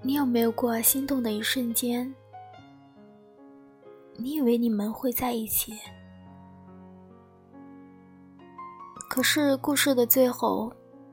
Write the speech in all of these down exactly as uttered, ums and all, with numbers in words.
你有没有过心动的一瞬间？你以为你们会在一起，可是故事的最后，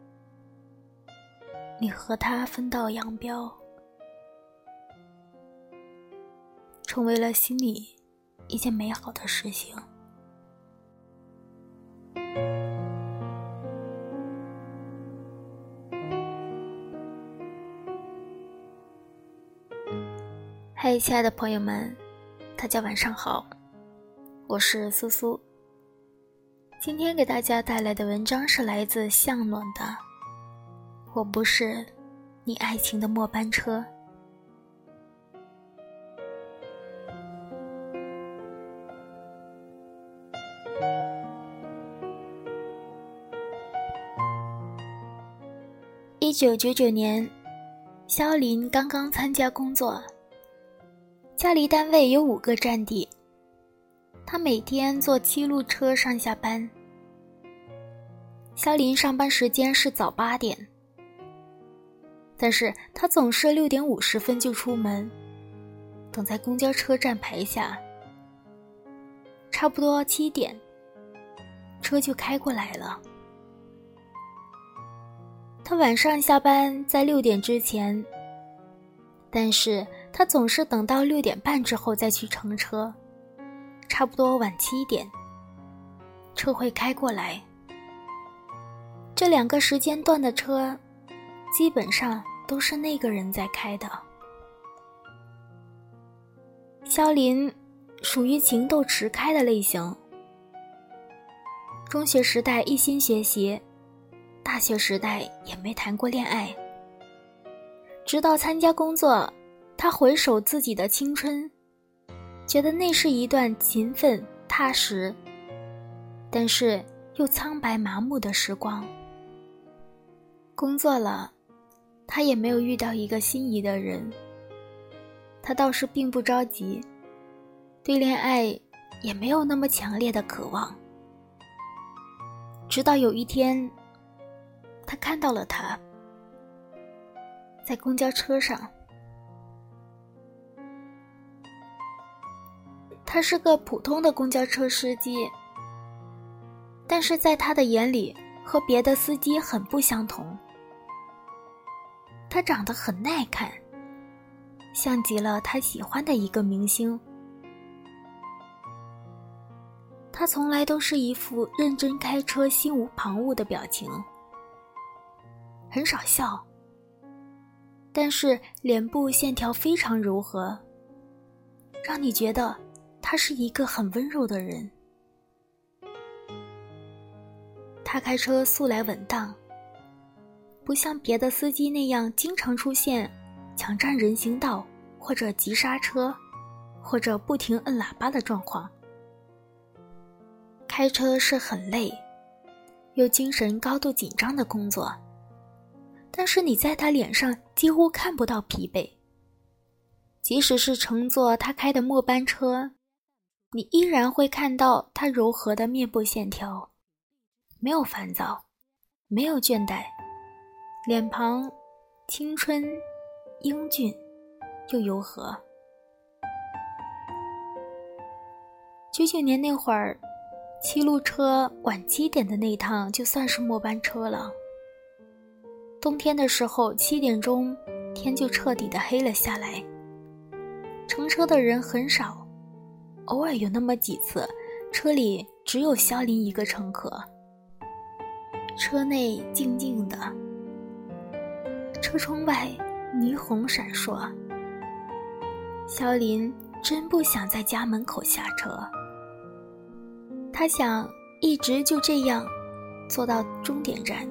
你和他分道扬镳，成为了心里一件美好的事情。嗨，亲爱的朋友们，大家晚上好，我是苏苏。今天给大家带来的文章是来自向暖的《我不是你爱情的末班车》。一九九九年，肖林刚刚参加工作，家离单位有五个站地，他每天坐七路车上下班。肖林上班时间是早八点，但是他总是六点五十分就出门，等在公交车站牌下，差不多七点，车就开过来了。他晚上下班在六点之前，但是他总是等到六点半之后再去乘车，差不多晚七点，车会开过来。这两个时间段的车，基本上都是那个人在开的。肖林属于情窦迟开的类型，中学时代一心学习，大学时代也没谈过恋爱。直到参加工作，他回首自己的青春，觉得那是一段勤奋踏实，但是又苍白麻木的时光。工作了，他也没有遇到一个心仪的人，他倒是并不着急，对恋爱也没有那么强烈的渴望。直到有一天，他看到了他在公交车上。他是个普通的公交车司机，但是在他的眼里和别的司机很不相同。他长得很耐看，像极了他喜欢的一个明星。他从来都是一副认真开车心无旁骛的表情，很少笑，但是脸部线条非常柔和，让你觉得他是一个很温柔的人。他开车素来稳当，不像别的司机那样经常出现抢占人行道或者急刹车或者不停摁喇叭的状况。开车是很累又精神高度紧张的工作，但是你在他脸上几乎看不到疲惫。即使是乘坐他开的末班车，你依然会看到他柔和的面部线条，没有烦躁，没有倦怠，脸庞青春英俊又柔和。九九年那会儿，七路车晚七点的那趟就算是末班车了。冬天的时候，七点钟天就彻底的黑了下来，乘车的人很少，偶尔有那么几次车里只有肖林一个乘客。车内静静的，车窗外霓虹闪烁。肖林真不想在家门口下车，他想一直就这样坐到终点站。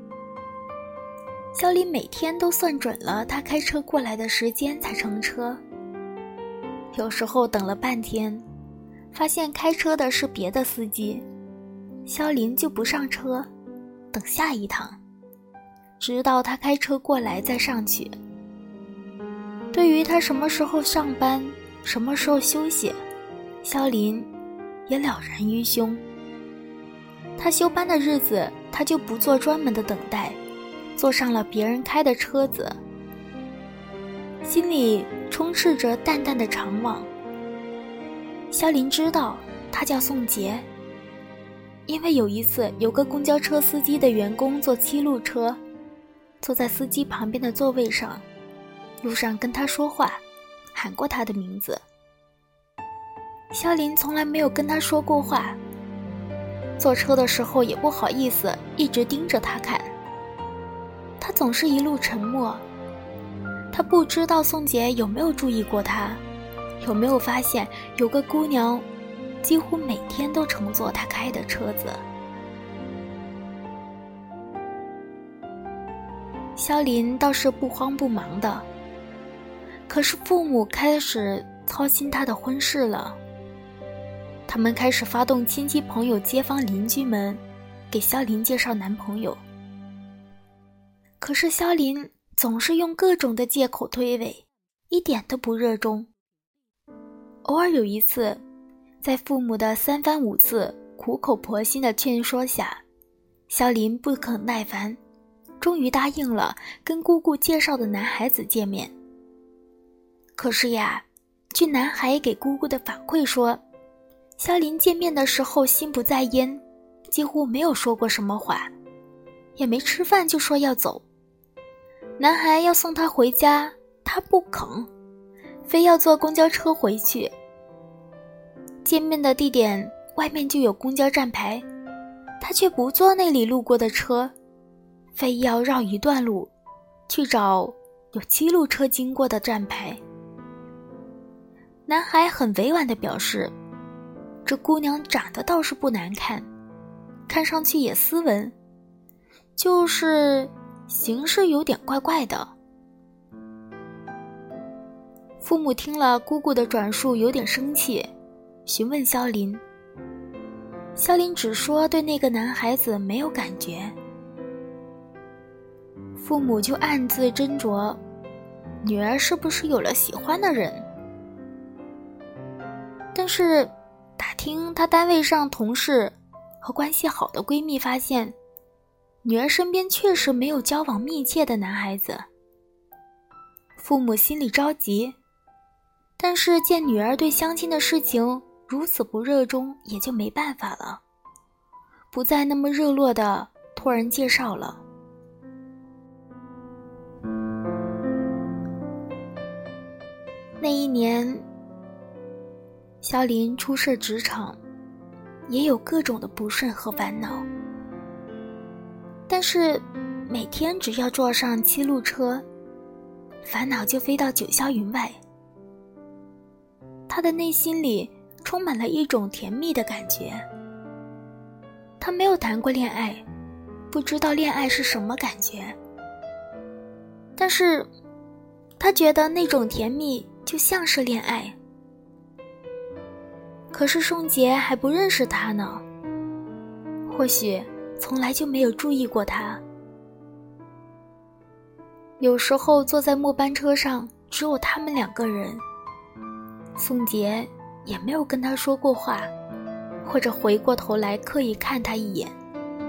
肖林每天都算准了他开车过来的时间才乘车，有时候等了半天，发现开车的是别的司机，肖林就不上车，等下一趟，直到他开车过来再上去。对于他什么时候上班，什么时候休息，肖林也了然于胸。他休班的日子，他就不做专门的等待，坐上了别人开的车子。 心里充斥着淡淡的长望。萧林知道他叫宋杰，因为有一次有个公交车司机的员工坐七路车，坐在司机旁边的座位上，路上跟他说话，喊过他的名字。萧林从来没有跟他说过话，坐车的时候也不好意思一直盯着他看，他总是一路沉默。他不知道宋杰有没有注意过他，有没有发现有个姑娘几乎每天都乘坐他开的车子。萧林倒是不慌不忙的，可是父母开始操心他的婚事了。他们开始发动亲戚朋友街坊邻居们给萧林介绍男朋友，可是萧林总是用各种的借口推诿，一点都不热衷。偶尔有一次，在父母的三番五次苦口婆心的劝说下，萧林不可耐烦，终于答应了跟姑姑介绍的男孩子见面。可是呀，据男孩给姑姑的反馈说，萧林见面的时候心不在焉，几乎没有说过什么话，也没吃饭就说要走。男孩要送他回家，他不肯，非要坐公交车回去。见面的地点外面就有公交站牌，他却不坐那里路过的车，非要绕一段路去找有七路车经过的站牌。男孩很委婉地表示，这姑娘长得倒是不难看，看上去也斯文，就是行事有点怪怪的。父母听了姑姑的转述有点生气，询问萧林。萧林只说对那个男孩子没有感觉。父母就暗自斟酌，女儿是不是有了喜欢的人。但是打听她单位上同事和关系好的闺蜜发现，女儿身边确实没有交往密切的男孩子。父母心里着急，但是见女儿对相亲的事情如此不热衷，也就没办法了，不再那么热络地托人介绍了。那一年，萧林初涉职场，也有各种的不顺和烦恼。但是每天只要坐上七路车，烦恼就飞到九霄云外。他的内心里充满了一种甜蜜的感觉。他没有谈过恋爱，不知道恋爱是什么感觉，但是他觉得那种甜蜜就像是恋爱。可是宋杰还不认识他呢，或许从来就没有注意过他。有时候坐在末班车上只有他们两个人，宋杰也没有跟他说过话，或者回过头来刻意看他一眼。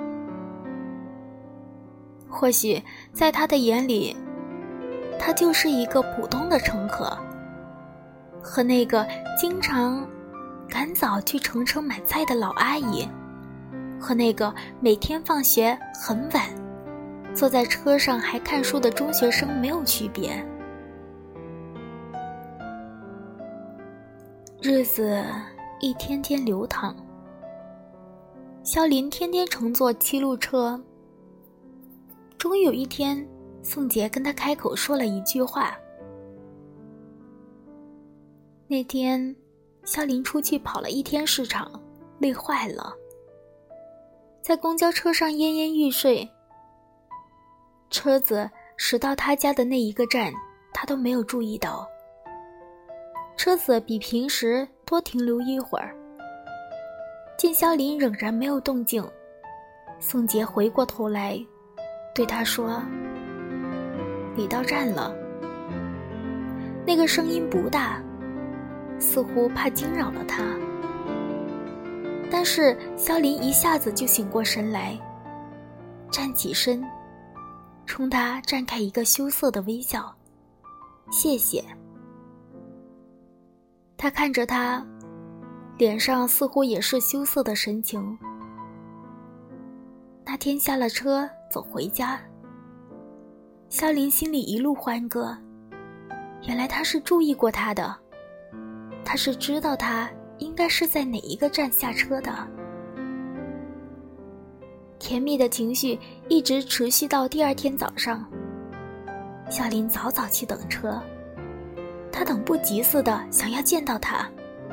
或许在他的眼里，他就是一个普通的乘客，和那个经常赶早去城城买菜的老阿姨，和那个每天放学很晚坐在车上还看书的中学生没有区别。日子一天天流淌，萧林天天乘坐七路车。终于有一天，宋杰跟他开口说了一句话。那天萧林出去跑了一天市场，累坏了，在公交车上奄奄欲睡。车子驶到他家的那一个站，他都没有注意到。车子比平时多停留一会儿。见萧林仍然没有动静，宋杰回过头来对他说：“你到站了。”那个声音不大，似乎怕惊扰了他。但是萧林一下子就醒过神来，站起身，冲他绽开一个羞涩的微笑， 谢谢。他看着他，脸上似乎也是羞涩的神情。那天下了车走回家，萧林心里一路欢歌，原来他是注意过他的，他是知道他应该是在哪一个站下车的。甜蜜的情绪一直持续到第二天早上，萧林早早去等车，他等不及似的想要见到他。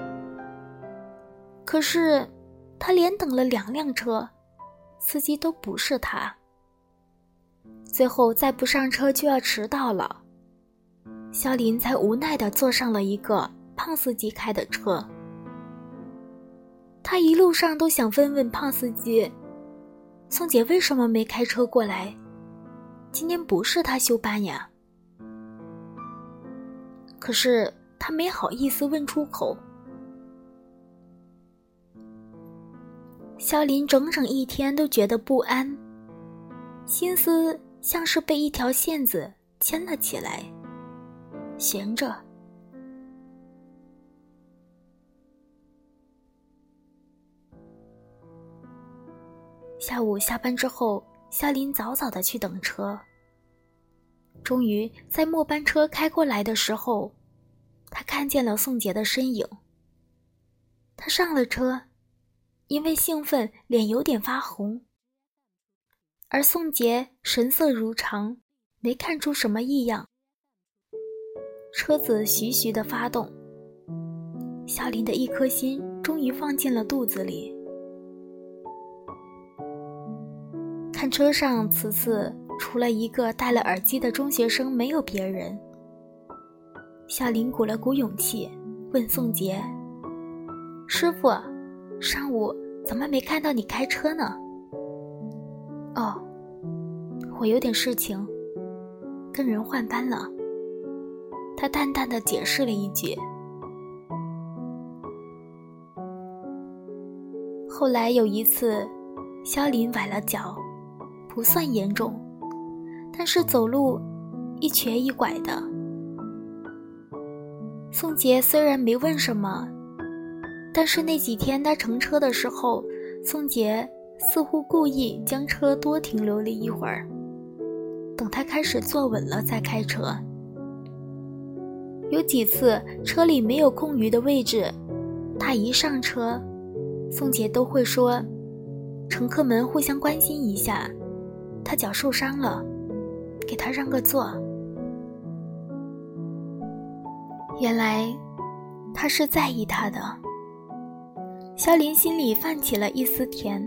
可是他连等了两辆车，司机都不是他。最后再不上车就要迟到了，萧林才无奈地坐上了一个胖司机开的车。他一路上都想问问胖司机，宋姐为什么没开车过来？今天不是她休班呀。可是他没好意思问出口。萧林整整一天都觉得不安，心思像是被一条线子牵了起来，悬着。下午下班之后，萧林早早的去等车。终于在末班车开过来的时候，他看见了宋杰的身影。他上了车，因为兴奋脸有点发红，而宋杰神色如常，没看出什么异样。车子徐徐地发动，萧林的一颗心终于放进了肚子里。看车上此次除了一个戴了耳机的中学生，没有别人。萧林鼓了鼓勇气，问宋杰：“师傅，上午怎么没看到你开车呢？”“哦，我有点事情，跟人换班了。”他淡淡地解释了一句。后来有一次，萧林崴了脚，不算严重，但是走路一瘸一拐的。宋杰虽然没问什么，但是那几天他乘车的时候，宋杰似乎故意将车多停留了一会儿，等他开始坐稳了再开车。有几次车里没有空余的位置，他一上车，宋杰都会说：“乘客们互相关心一下，他脚受伤了，给他让个座。”原来他是在意他的。萧林心里泛起了一丝甜。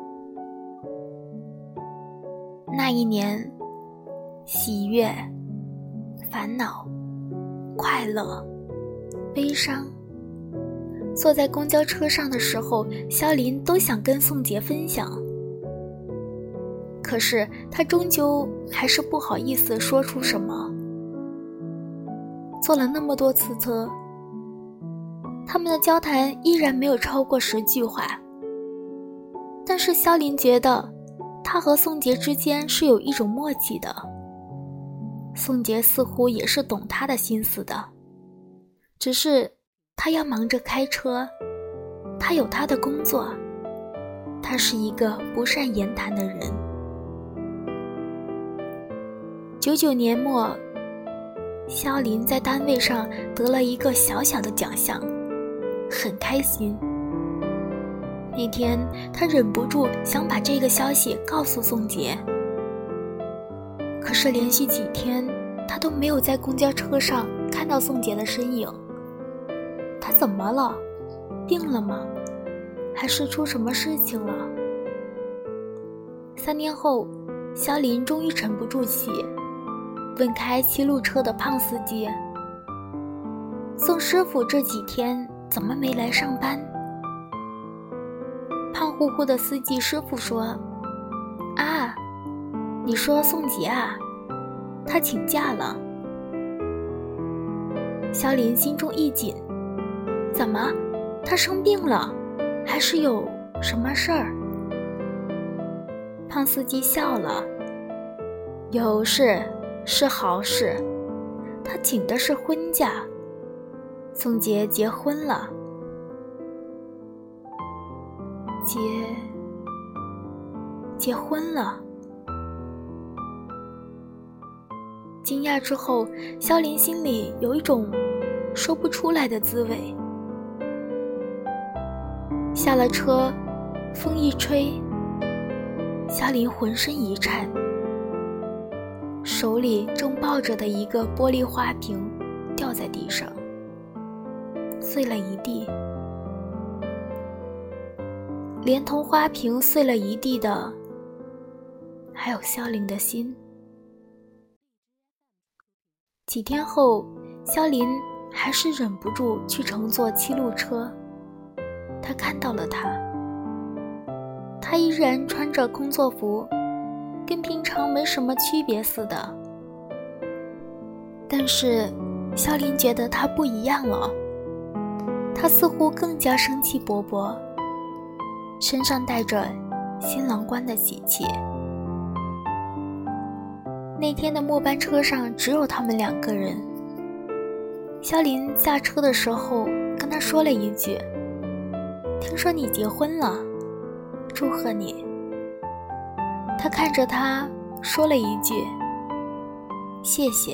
那一年，喜悦、烦恼、快乐、悲伤，坐在公交车上的时候，萧林都想跟宋杰分享。可是他终究还是不好意思说出什么。坐了那么多次车，他们的交谈依然没有超过十句话。但是萧林觉得他和宋杰之间是有一种默契的，宋杰似乎也是懂他的心思的，只是他要忙着开车，他有他的工作，他是一个不善言谈的人。九九年末，萧林在单位上得了一个小小的奖项，很开心。那天他忍不住想把这个消息告诉宋杰，可是连续几天他都没有在公交车上看到宋杰的身影。他怎么了？病了吗？还是出什么事情了？三天后，萧林终于沉不住气，问开七路车的胖司机：“宋师傅这几天怎么没来上班？”胖乎乎的司机师傅说：“啊，你说宋杰啊，他请假了。”萧林心中一紧，怎么，他生病了，还是有什么事儿？胖司机笑了：“有事，是好事， 他请的是婚假，宋杰结婚了。结结婚了。惊讶之后，萧林心里有一种说不出来的滋味。下了车，风一吹，萧林浑身一颤，手里正抱着的一个玻璃花瓶掉在地上，碎了一地。连同花瓶碎了一地的，还有萧林的心。几天后，萧林还是忍不住去乘坐七路车。他看到了他，他依然穿着工作服，跟平常没什么区别似的。但是萧林觉得他不一样了，他似乎更加生气勃勃，身上带着新郎官的喜气。那天的末班车上只有他们两个人。萧林下车的时候跟他说了一句：听说你结婚了，祝贺你。他看着他说了一句：谢谢。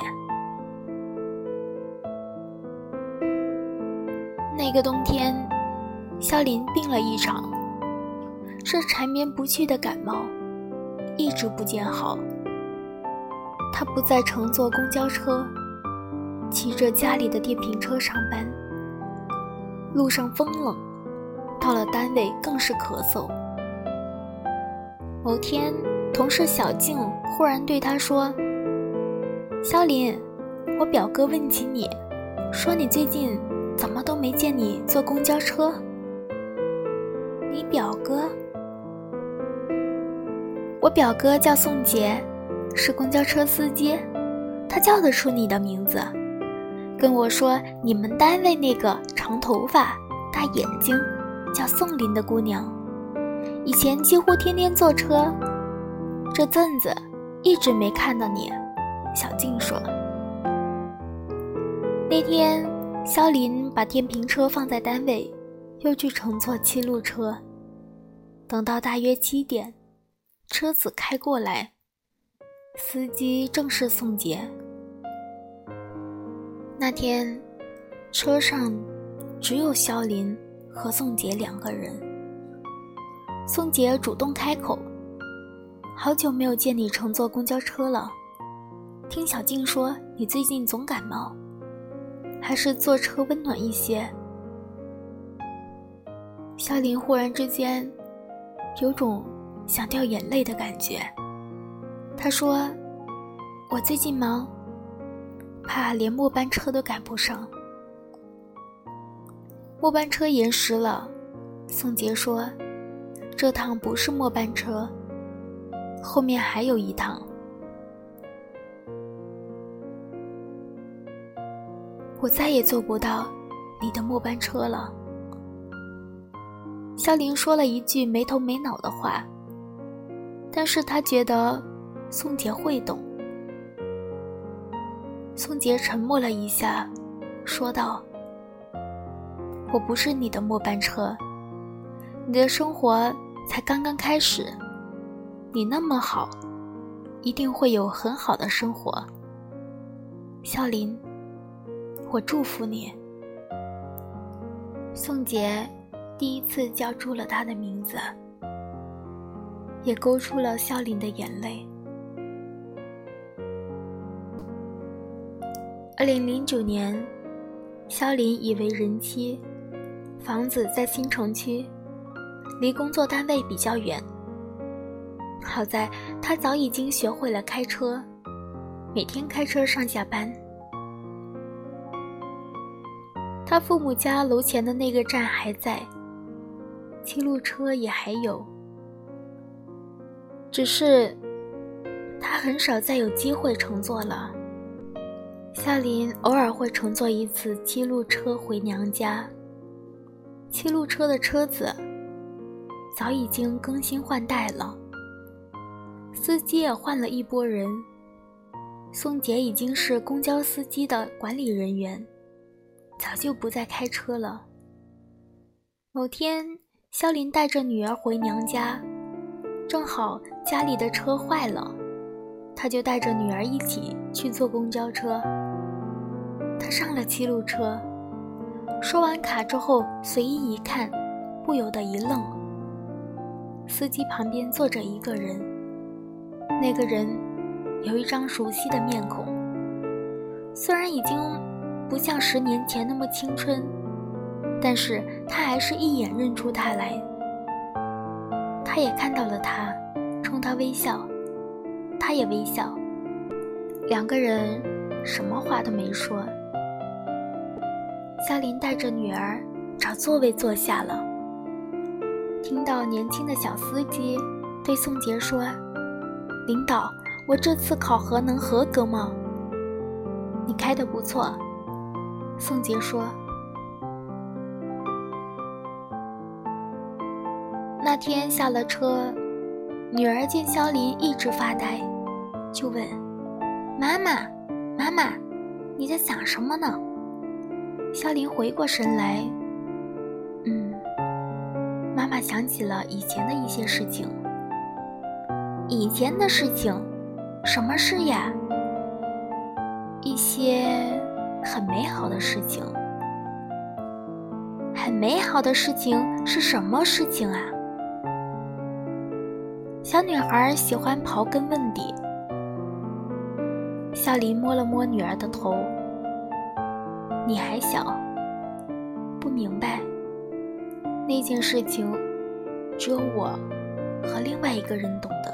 那个冬天，萧林病了一场，是缠绵不去的感冒，一直不见好。他不再乘坐公交车，骑着家里的电瓶车上班。路上风冷，到了单位更是咳嗽。某天，同事小静忽然对他说：萧林，我表哥问起你，说你最近怎么都没见你坐公交车。你表哥？我表哥叫宋杰，是公交车司机，他叫得出你的名字，跟我说你们单位那个长头发大眼睛叫宋林的姑娘，以前几乎天天坐车，这阵子一直没看到你。小静说。那天萧林把电瓶车放在单位，又去乘坐七路车，等到大约七点，车子开过来，司机正是宋杰。那天车上只有萧林和宋杰两个人。宋杰主动开口：好久没有见你乘坐公交车了，听小静说你最近总感冒，还是坐车温暖一些。萧林忽然之间有种想掉眼泪的感觉。他说：我最近忙，怕连末班车都赶不上。末班车延时了，宋杰说这趟不是末班车，后面还有一趟。我再也坐不到你的末班车了。萧林说了一句没头没脑的话，但是他觉得宋杰会懂。宋杰沉默了一下，说道：我不是你的末班车，你的生活才刚刚开始，你那么好，一定会有很好的生活。萧林，我祝福你。宋杰第一次叫出了他的名字，也勾出了萧林的眼泪。二零零九年，萧林已为人妻，房子在新城区，离工作单位比较远。好在他早已经学会了开车，每天开车上下班。他父母家楼前的那个站还在，七路车也还有，只是他很少再有机会乘坐了。夏琳偶尔会乘坐一次七路车回娘家，七路车的车子早已经更新换代了，司机也换了一拨人， 宋杰已经是公交司机的管理人员，早就不再开车了。某天，肖林带着女儿回娘家，正好家里的车坏了，他就带着女儿一起去坐公交车。他上了七路车，刷完卡之后随意一看，不由得一愣。司机旁边坐着一个人，那个人有一张熟悉的面孔，虽然已经不像十年前那么青春，但是他还是一眼认出他来。他也看到了他，冲他微笑，他也微笑，两个人什么话都没说。肖林带着女儿找座位坐下了，听到年轻的小司机对宋杰说：“领导，我这次考核能合格吗？”“你开得不错。”宋杰说。那天下了车，女儿见肖林一直发呆，就问：“妈妈，妈妈，你在想什么呢？”肖林回过神来，嗯，妈妈想起了以前的一些事情。以前的事情？什么事呀？一些很美好的事情。很美好的事情是什么事情啊？小女孩喜欢刨根问底。肖林摸了摸女儿的头：“你还小，不明白。那件事情，只有我和另外一个人懂得。”